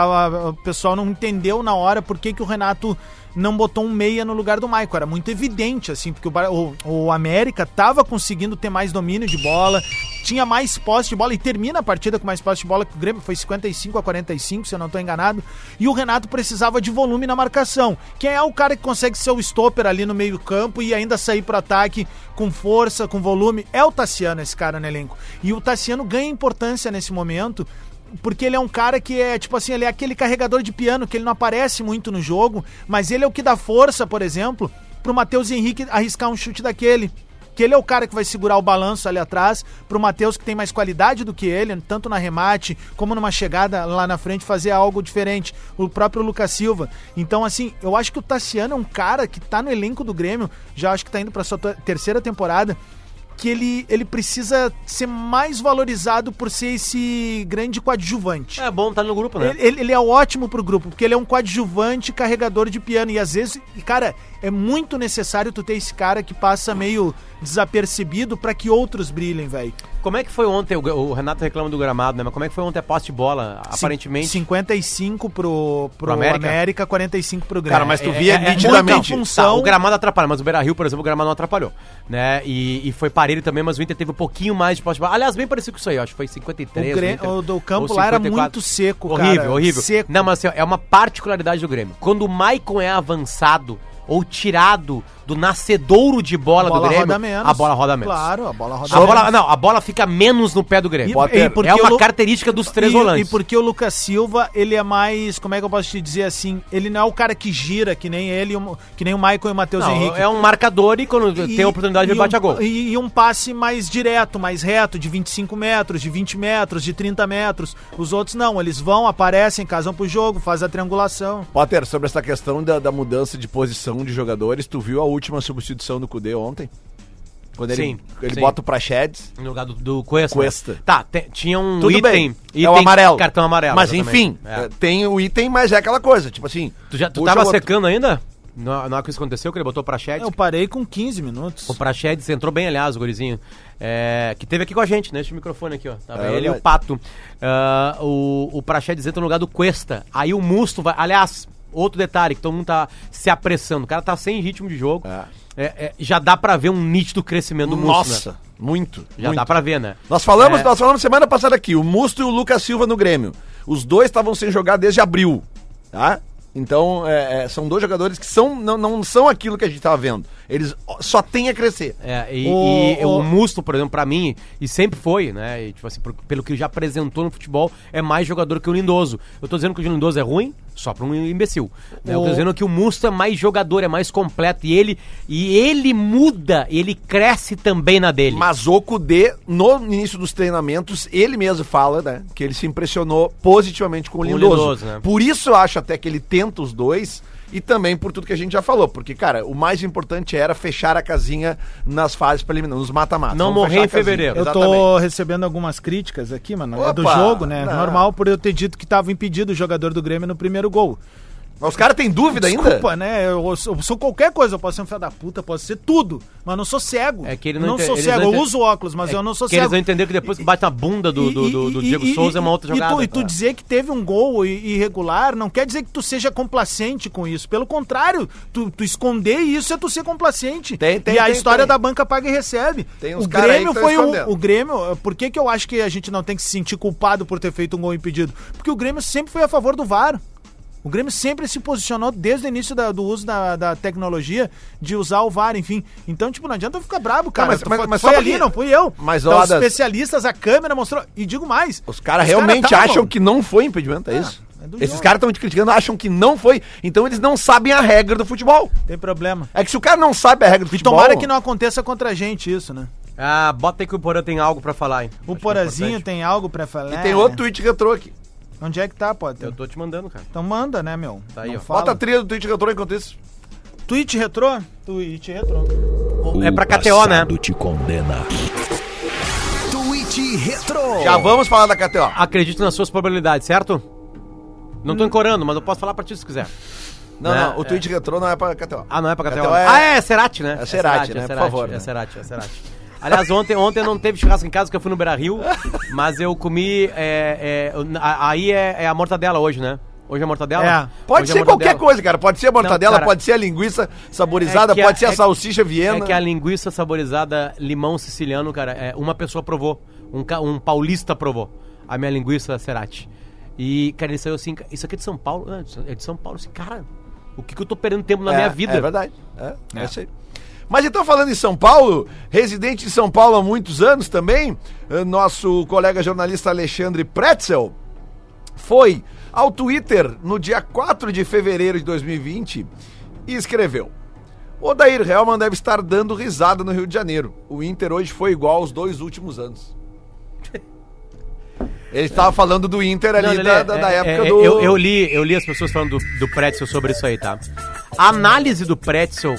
o pessoal não entendeu na hora por que o Renato não botou um meia no lugar do Michael. Era muito evidente, assim, porque o América tava conseguindo ter mais domínio de bola, tinha mais posse de bola e termina a partida com mais posse de bola, que o Grêmio foi 55-45, se eu não tô enganado, e o Renato precisava de volume na marcação. Quem é o cara que consegue ser o stopper ali no meio campo e ainda sair pro ataque com força, com volume? É o Tassiano, esse cara no elenco. E o Tassiano ganha importância nesse momento, porque ele é um cara que é, tipo assim, ele é aquele carregador de piano, que ele não aparece muito no jogo, mas ele é o que dá força, por exemplo, pro Matheus Henrique arriscar um chute daquele. Que ele é o cara que vai segurar o balanço ali atrás, pro Matheus, que tem mais qualidade do que ele, tanto na remate, como numa chegada lá na frente, fazer algo diferente. O próprio Lucas Silva. Então, assim, eu acho que o Tassiano é um cara que tá no elenco do Grêmio, já acho que tá indo pra sua terceira temporada, que ele precisa ser mais valorizado por ser esse grande coadjuvante. É bom estar no grupo, né? Ele é ótimo pro grupo, porque ele é um coadjuvante carregador de piano. E às vezes, cara, é muito necessário tu ter esse cara que passa meio desapercebido pra que outros brilhem, velho. Como é que foi ontem? O Renato reclama do gramado, né? Mas como é que foi ontem a posse de bola, aparentemente? 55 pro América, 45 pro Grêmio. Cara, mas tu via nitidamente. Função... o gramado atrapalha, mas o Beira-Rio, por exemplo, o gramado não atrapalhou, né? E foi parelho também, mas o Inter teve um pouquinho mais de posse de bola. Aliás, bem parecido com isso aí, acho que foi 53. O do campo lá era muito seco, cara. Horrível. Seco. Não, mas assim, é uma particularidade do Grêmio. Quando o Maicon é avançado ou tirado do nascedouro de bola do Grêmio, a bola roda menos. Claro, a bola roda menos. A bola fica menos no pé do Grêmio. É uma característica dos três volantes. E porque o Lucas Silva, ele é mais, como é que eu posso te dizer assim, ele não é o cara que gira, que nem ele, que nem o Michael e o Matheus Henrique. É um marcador e quando tem a oportunidade ele bate a gol. E um passe mais direto, mais reto, de 25 metros, de 20 metros, de 30 metros. Os outros não, eles vão, aparecem, casam pro jogo, faz a triangulação. Potter, sobre essa questão da mudança de posição de jogadores, tu viu a última substituição do Cudê ontem? Quando ele bota o Praxedes no lugar do Cuesta. Cuesta. Tá, tinha um tudo item, é o amarelo. Cartão amarelo. Mas enfim, tem o item, mas é aquela coisa, tipo assim... Tu tava secando ainda? Na hora que isso aconteceu, que ele botou o Praxedes? Eu parei com 15 minutos. O Praxedes entrou bem, aliás, o gurizinho. Que teve aqui com a gente, nesse microfone aqui, ó. Tava ele e o Pato. O Praxedes entra no lugar do Cuesta. Aí o Musto vai... Aliás, outro detalhe, que todo mundo tá se apressando. O cara tá sem ritmo de jogo. Já dá pra ver um nítido crescimento do Musto. Nossa, né? muito. Dá pra ver, né? Nós falamos semana passada aqui, o Musto e o Lucas Silva no Grêmio. Os dois estavam sem jogar desde abril, tá? Então, são dois jogadores que não são aquilo que a gente tava vendo. Eles só têm a crescer. O Musto, por exemplo, pra mim, e sempre foi, né? E, tipo assim, pelo que já apresentou no futebol, é mais jogador que o Lindoso. Eu tô dizendo que o Lindoso é ruim, só pra um imbecil. Né? Eu tô dizendo que o Musto é mais jogador, é mais completo. E ele muda, ele cresce também na dele. Mas o Kudê, no início dos treinamentos, ele mesmo fala, né? Que ele se impressionou positivamente com o Lindoso. Né? Por isso eu acho até que ele tenta os dois. E também por tudo que a gente já falou. Porque, cara, o mais importante era fechar a casinha nas fases preliminares, nos mata-matas. Não morrer em fevereiro. Eu tô recebendo algumas críticas aqui, mano. Opa, é do jogo, né? Não. Normal por eu ter dito que tava impedido o jogador do Grêmio no primeiro gol. Mas os caras têm dúvida ainda? Desculpa, né? Eu sou qualquer coisa. Eu posso ser um filho da puta, posso ser tudo. Mas eu não sou cego. É que ele não sou cego. Eu uso óculos, mas eu não sou cego. cego. Eles não entenderam que depois que bate na bunda do Diego Souza é uma outra jogada. E tu dizer que teve um gol irregular não quer dizer que tu seja complacente com isso. Pelo contrário, tu esconder isso é tu ser complacente. E a história da banca paga e recebe. Tem uns o Grêmio foi escondendo. o Grêmio. Por que eu acho que a gente não tem que se sentir culpado por ter feito um gol impedido? Porque o Grêmio sempre foi a favor do VAR. O Grêmio sempre se posicionou desde o início do uso da tecnologia de usar o VAR, enfim. Então, tipo, não adianta eu ficar brabo, cara. Mas foi só ali, não fui eu. Mas, então, ó, os especialistas, a câmera mostrou. E digo mais. Os caras realmente acham que não foi impedimento, é isso? Esses caras estão te criticando, acham que não foi. Então eles não sabem a regra do futebol. Tem problema. É que se o cara não sabe a regra do futebol... Tomara que não aconteça contra a gente isso, né? Ah, bota aí que o Porã tem algo pra falar, hein? O Porazinho tem algo pra falar. E tem outro tweet retrô aqui. Onde é que tá, Potter? Eu tô te mandando, cara. Então manda, né, meu? Tá aí, não ó. fala. Bota a trilha do tweet retrô enquanto isso. Tweet retrô? Tweet retrô. É pra KTO, né? O te condena. Tweet retrô. Já vamos falar da KTO. Acredito nas suas probabilidades, certo? Não tô encorando, mas eu posso falar pra ti se quiser. Não, Né? não, o tweet retrô não é pra KTO. Ah, não é pra KTO? KTO é Cerati, né? É Cerati, né? Por favor, É né? Cerati. Aliás, ontem não teve churrasco em casa, porque eu fui no Beira-Rio, mas eu comi, aí é a mortadela hoje, né? Hoje é a mortadela? É. Pode Hoje ser é a mortadela. qualquer coisa, cara. Pode ser a mortadela, Não, cara, pode ser a linguiça saborizada, pode ser a salsicha viena. É que a linguiça saborizada limão siciliano, cara, uma pessoa provou, um paulista provou a minha linguiça Cerati. E, cara, ele saiu assim, isso aqui é de São Paulo? É de São Paulo. Assim, cara, o que eu tô perdendo tempo na minha vida? É verdade. É isso aí. Mas então, falando em São Paulo, residente de São Paulo há muitos anos também, nosso colega jornalista Alexandre Pretzel foi ao Twitter no dia 4 de fevereiro de 2020 e escreveu: Odair Hellmann deve estar dando risada no Rio de Janeiro. O Inter hoje foi igual aos 2 últimos anos. Ele estava falando do Inter ali da época do... Eu li as pessoas falando do Pretzel sobre isso aí, tá? A análise do Pretzel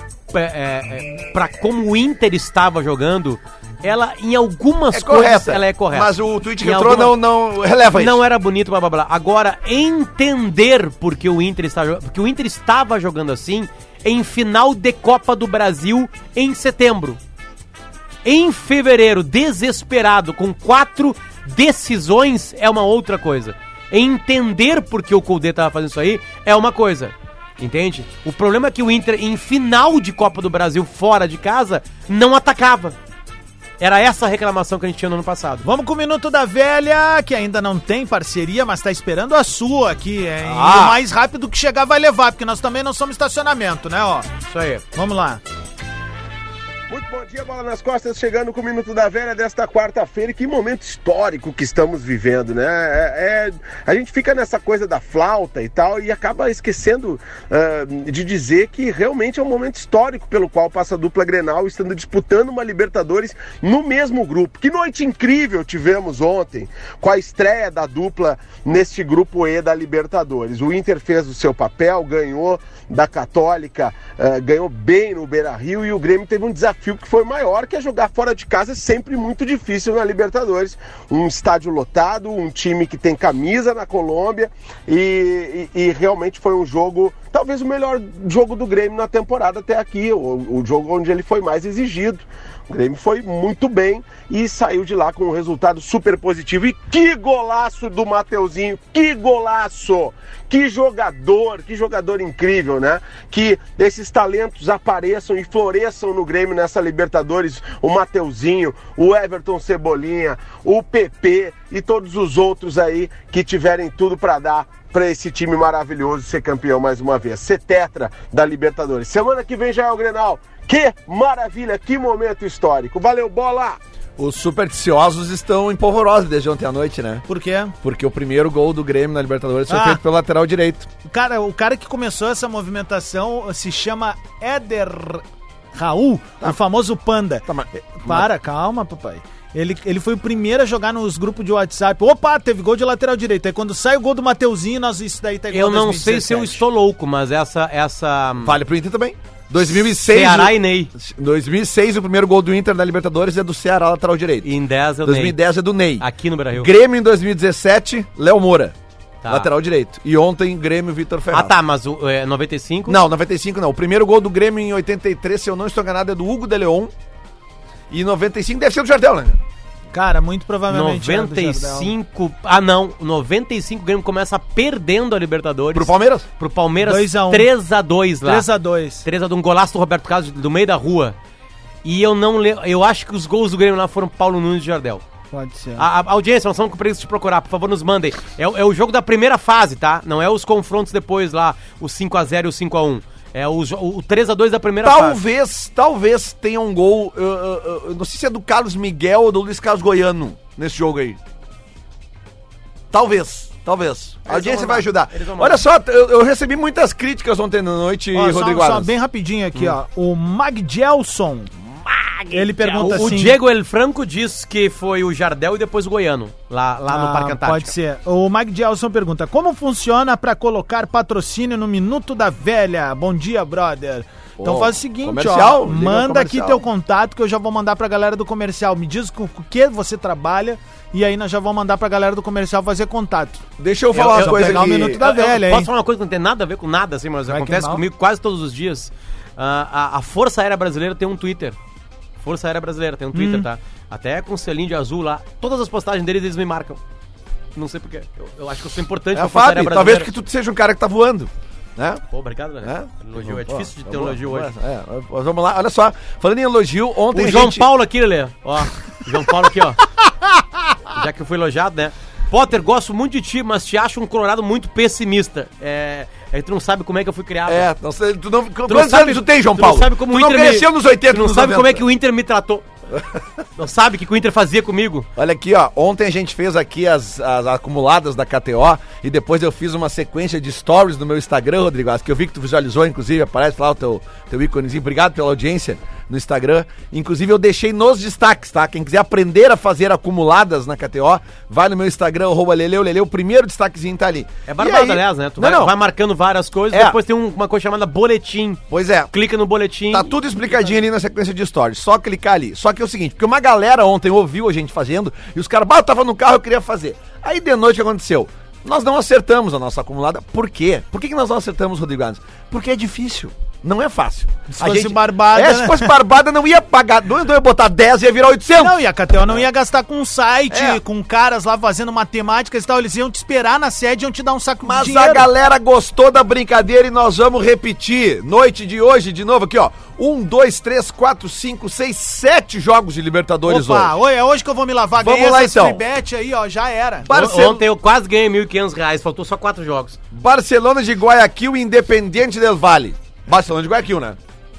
pra como o Inter estava jogando, ela em algumas coisas ela é correta. Mas o tweet retrô não releva isso. Não era bonito, blá blá blá. Agora, entender porque o Inter estava jogando assim em final de Copa do Brasil em setembro. Em fevereiro, desesperado, com 4 decisões, é uma outra coisa. Entender porque o Kudê estava fazendo isso aí é uma coisa. Entende? O problema é que o Inter, em final de Copa do Brasil, fora de casa, não atacava. Era essa a reclamação que a gente tinha no ano passado. Vamos com o Minuto da Velha, que ainda não tem parceria, mas tá esperando a sua aqui, hein? E o mais rápido que chegar vai levar, porque nós também não somos estacionamento, né, ó? Isso aí. Vamos lá. Muito bom dia, Bola nas Costas, chegando com o Minuto da Velha desta quarta-feira. Que momento histórico que estamos vivendo, né? A gente fica nessa coisa da flauta e tal e acaba esquecendo de dizer que realmente é um momento histórico pelo qual passa a dupla Grenal estando disputando uma Libertadores no mesmo grupo. Que noite incrível tivemos ontem com a estreia da dupla neste grupo E da Libertadores. O Inter fez o seu papel, ganhou da Católica, ganhou bem no Beira-Rio, e o Grêmio teve um desafio que foi maior, que é jogar fora de casa, sempre muito difícil na Libertadores. Um estádio lotado, um time que tem camisa na Colômbia, e realmente foi um jogo, talvez o melhor jogo do Grêmio na temporada até aqui, o jogo onde ele foi mais exigido. O Grêmio foi muito bem e saiu de lá com um resultado super positivo. E que golaço do Mateuzinho, que golaço! Que jogador incrível, né? Que esses talentos apareçam e floresçam no Grêmio nessa Libertadores. O Mateuzinho, o Everton Cebolinha, o PP e todos os outros aí que tiverem tudo para dar. para esse time maravilhoso ser campeão mais uma vez, ser tetra da Libertadores. Semana que vem já é o Grenal. Que maravilha, que momento histórico. Valeu, bola! Os supersticiosos estão em polvorosa desde ontem à noite, né? Por quê? Porque o primeiro gol do Grêmio na Libertadores foi feito pelo lateral direito. O cara que começou essa movimentação se chama Éder Raul, o famoso Panda. Calma, papai. Ele foi o primeiro a jogar nos grupos de WhatsApp. Opa, teve gol de lateral direito. Aí quando sai o gol do Mateuzinho, isso daí tá igual Eu não sei se eu estou louco, mas essa... Vale pro Inter também. 2006, Ceará e Ney. 2006, o primeiro gol do Inter na Libertadores é do Ceará, lateral direito. E em 10 é o 2010 é do Ney. Aqui no Brasil. Grêmio em 2017, Léo Moura. Lateral direito. E ontem, Grêmio, Vitor Ferraz. Ah, tá, mas o 95? Não, 95 não. O primeiro gol do Grêmio em 83, se eu não estou enganado, é do Hugo de Leon. E 95 deve ser do Jardel, né? Cara, muito provavelmente 95... Ah, não. 95 o Grêmio começa perdendo a Libertadores. Pro Palmeiras? Pro Palmeiras 2-1. 3-2 lá. 3-2. 3-2, um golaço do Roberto Carlos do meio da rua. E eu não lembro... Eu acho que os gols do Grêmio lá foram Paulo Nunes e Jardel. Pode ser. A audiência, nós estamos com preguiça de procurar, por favor, nos mandem. É o jogo da primeira fase, tá? Não é os confrontos depois lá, o 5-0 e o 5-1. É o 3-2 da primeira fase. Talvez tenha um gol, não sei se é do Carlos Miguel ou do Luiz Carlos Goiano nesse jogo aí. Talvez. A audiência vai ajudar. Olha só, eu recebi muitas críticas ontem na noite, Rodrigo Só bem rapidinho aqui, ó. O Maggelson. Ele pergunta assim... O Diego El Franco diz que foi o Jardel e depois o Goiano, lá no Parque Antártica. Pode ser. O Maggelson pergunta, como funciona pra colocar patrocínio no Minuto da Velha? Bom dia, brother. Então faz o seguinte, ó, manda aqui teu contato que eu já vou mandar pra galera do comercial. Me diz com o que você trabalha e aí nós já vamos mandar pra galera do comercial fazer contato. Deixa eu falar uma coisa aqui. O Minuto da Velha, posso falar uma coisa que não tem nada a ver com nada, assim, mas acontece comigo quase todos os dias. A Força Aérea Brasileira tem um Twitter. Força Aérea Brasileira, tem um Twitter, tá? Até com selinho de azul lá. Todas as postagens deles, eles me marcam. Não sei porquê. Eu acho que eu sou importante pra Força Aérea Brasileira. Talvez que tu seja um cara que tá voando, né? Pô, obrigado, né? Elogio. É difícil de ter um elogio hoje. Vamos lá, olha só. Falando em elogio, ontem o João Paulo aqui, Lelê. Ó, o João Paulo aqui, ó. Já que eu fui elogiado, né? Potter, gosto muito de ti, mas te acho um colorado muito pessimista. Aí tu não sabe como é que eu fui criado. Não sei, quantos anos tu tem, João Paulo? Tu não sabe como o Inter cresceu nos 80, tu não sabe como é que o Inter me tratou. Não sabe o que o Inter fazia comigo. Olha aqui, ó. Ontem a gente fez aqui as acumuladas da KTO e depois eu fiz uma sequência de stories no meu Instagram, Rodrigo, que eu vi que tu visualizou, inclusive, aparece lá o teu íconezinho. Obrigado pela audiência no Instagram. Inclusive eu deixei nos destaques, tá? Quem quiser aprender a fazer acumuladas na KTO, vai no meu Instagram, @leleu, o primeiro destaquezinho tá ali. É barbado, aliás, né? Tu vai marcando várias coisas, depois tem uma coisa chamada boletim. Pois é. Clica no boletim. Tá tudo explicadinho ali na sequência de stories, só clicar ali. Só que é o seguinte, porque uma galera ontem ouviu a gente fazendo e os caras, eu tava no carro, eu queria fazer. Aí de noite o que aconteceu? Nós não acertamos a nossa acumulada. Por quê? Por que nós não acertamos, Rodrigo Adams? Porque é difícil. Não é fácil. Se fosse barbada... se fosse barbada, não ia pagar... Não ia botar 10 e ia virar 800. Não, e a KTO não ia gastar com um site, com caras lá fazendo matemáticas e tal. Eles iam te esperar na sede e iam te dar um saco de dinheiro. Mas a galera gostou da brincadeira e nós vamos repetir. Noite de hoje, de novo, aqui, ó. 1, 2, 3, 4, 5, 6, 7 jogos de Libertadores hoje. É hoje que eu vou me lavar. Vamos lá, então. Free aí, ó, já era. Ontem eu quase ganhei R$1.500, faltou só 4 jogos. Barcelona de Guayaquil e Independiente del Valle. Barcelona de Guayaquil, né?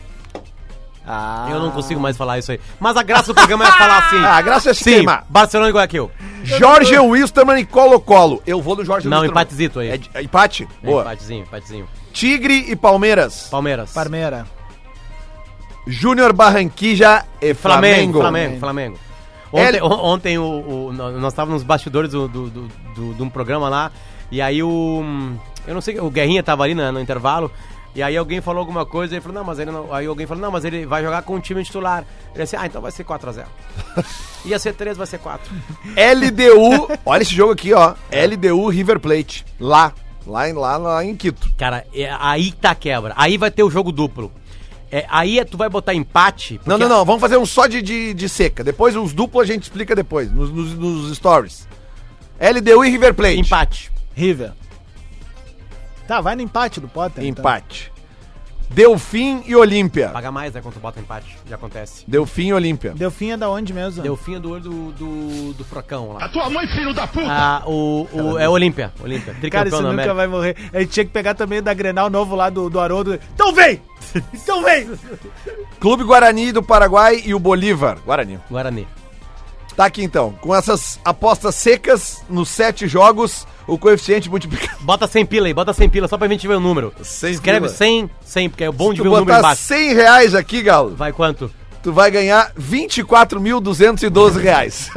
Eu não consigo mais falar isso aí. Mas a graça do programa é falar assim. A graça é se queimar. Barcelona e Guayaquil. Jorge Wilstermann e Colo-Colo. Eu vou no Jorge Wilstermann. Não, empatezito aí. Empate? Boa. Empatezinho. Tigre e Palmeiras. Palmeira. Júnior Barranquilla e Flamengo. Ontem nós estávamos nos bastidores de um programa lá. E aí eu não sei, o Guerrinha tava ali no intervalo. E aí alguém falou alguma coisa e ele falou, não, mas ele não. Aí alguém falou, não, mas ele vai jogar com o time titular. Ele disse, então vai ser 4-0. Ia ser 3, vai ser 4. LDU, olha esse jogo aqui, ó. LDU River Plate. Lá em Quito. Cara, aí tá a quebra. Aí vai ter o jogo duplo. Aí tu vai botar empate. Não, vamos fazer um só de seca. Depois os duplos a gente explica depois, nos stories. LDU e River Plate. Empate. River. Tá, vai no empate do Potter. Empate. Delfim e Olímpia. Paga mais, né, quando tu bota empate. Já acontece. Delfim e Olímpia. Delfim é da onde mesmo? Delfim é do olho do Fracão lá. A tua mãe, filho da puta! É Olímpia. Tricampeão Cara, isso da nunca América. vai morrer. A gente tinha que pegar também o da Grenal novo lá do Haroldo. Então vem! Então vem! Clube Guarani do Paraguai e o Bolívar. Guarani. Tá aqui então. Com essas apostas secas nos 7 jogos, o coeficiente multiplicado. Bota 100 pila aí, bota 100 pila só pra gente ver o número. 100 Escreve pila. 100, porque é bom de Se ver tu o número botar embaixo. R$100 aqui, Galo, Vai quanto? tu vai ganhar R$24.212.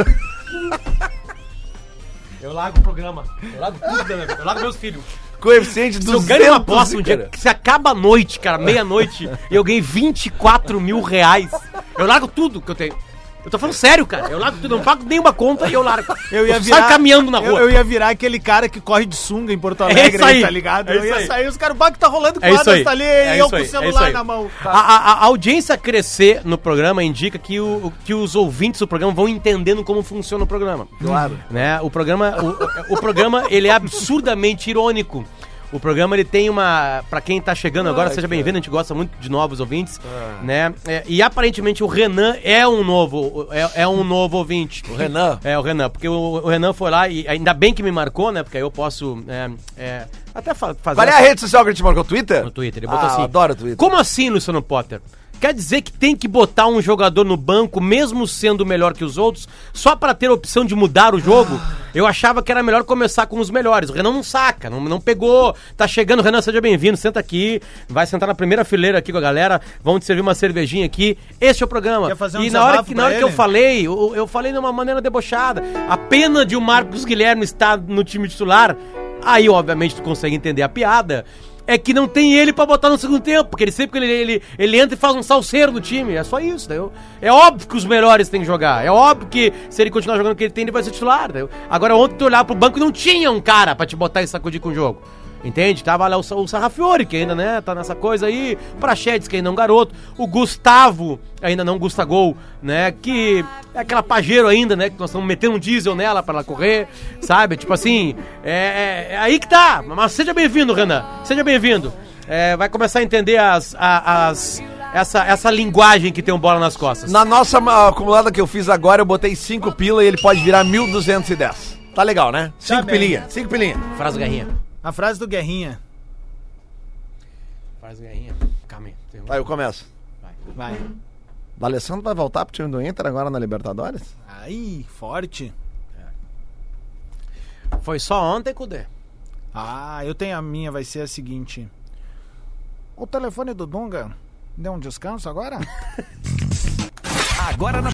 Eu largo o programa. Eu largo tudo da minha vida. Eu largo meus filhos. Coeficiente Se 200. eu ganho uma aposta um dia cara. que se acaba a noite, cara, meia-noite, e eu ganhei R$24 mil, eu largo tudo que eu tenho. Eu tô falando sério, cara. Eu largo tudo, não pago nenhuma conta e eu largo. Eu ia saio caminhando na rua. Eu ia virar aquele cara que corre de sunga em Porto Alegre, isso aí. tá ligado? É Eu isso ia aí. sair, os caras, o que tá rolando com É o isso Adams aí. tá ali É e eu isso com o aí, é isso celular aí. na mão. A audiência crescer no programa indica que os ouvintes do programa vão entendendo como funciona o programa. Claro. Né? O programa, ele é absurdamente irônico. O programa, ele tem uma... Pra quem tá chegando agora, seja bem-vindo, a gente gosta muito de novos ouvintes, né? E aparentemente o Renan é um novo ouvinte. O Renan? É, o Renan, porque o Renan foi lá e ainda bem que me marcou, né? Porque aí eu posso até fazer... Qual é a rede social que a gente marcou? Twitter? No Twitter, ele botou assim. Adoro o Twitter. Como assim, Luciano Potter? Quer dizer que tem que botar um jogador no banco, mesmo sendo melhor que os outros, só pra ter a opção de mudar o jogo? Eu achava que era melhor começar com os melhores. O Renan não saca, não pegou. Tá chegando, Renan, seja bem-vindo. Senta aqui, vai sentar na primeira fileira aqui com a galera. Vamos te servir uma cervejinha aqui. Esse é o programa. Quer fazer um E na hora desabafo que pra eu ele? falei, eu falei de uma maneira debochada. A pena de o Marcos Guilherme estar no time titular, aí obviamente tu consegue entender a piada. É que não tem ele pra botar no segundo tempo, porque ele sempre que ele entra e faz um salseiro no time, é só isso, entendeu? É óbvio que os melhores têm que jogar, é óbvio que se ele continuar jogando o que ele tem, ele vai ser titular, entendeu? Agora ontem tu olhar pro banco e não tinha um cara pra te botar e sacudir com o jogo. Entende? Tava lá o Sarrafiori, que ainda, né, tá nessa coisa aí. Prachedes, que ainda é um garoto. O Gustavo, ainda não Gustagol, né, que é aquela pajeiro ainda, né, que nós estamos metendo um diesel nela pra ela correr, sabe? Tipo assim, é aí que tá. Mas seja bem-vindo, Renan. Seja bem-vindo. Vai começar a entender essa linguagem que tem um bola nas costas. Na nossa acumulada que eu fiz agora, eu botei 5 pila e ele pode virar 1.210. Tá legal, né? 5 bem. pilinha. 5 pilinha. Frase do Guerrinha. A frase do Guerrinha. Frase do Guerrinha. Calma aí. Vai, eu começo. Vai. O Alessandro vai voltar pro time do Inter agora na Libertadores? Aí, forte. Foi só ontem, Cudê. Eu tenho a minha, vai ser a seguinte. O telefone do Dunga deu um descanso agora? Agora na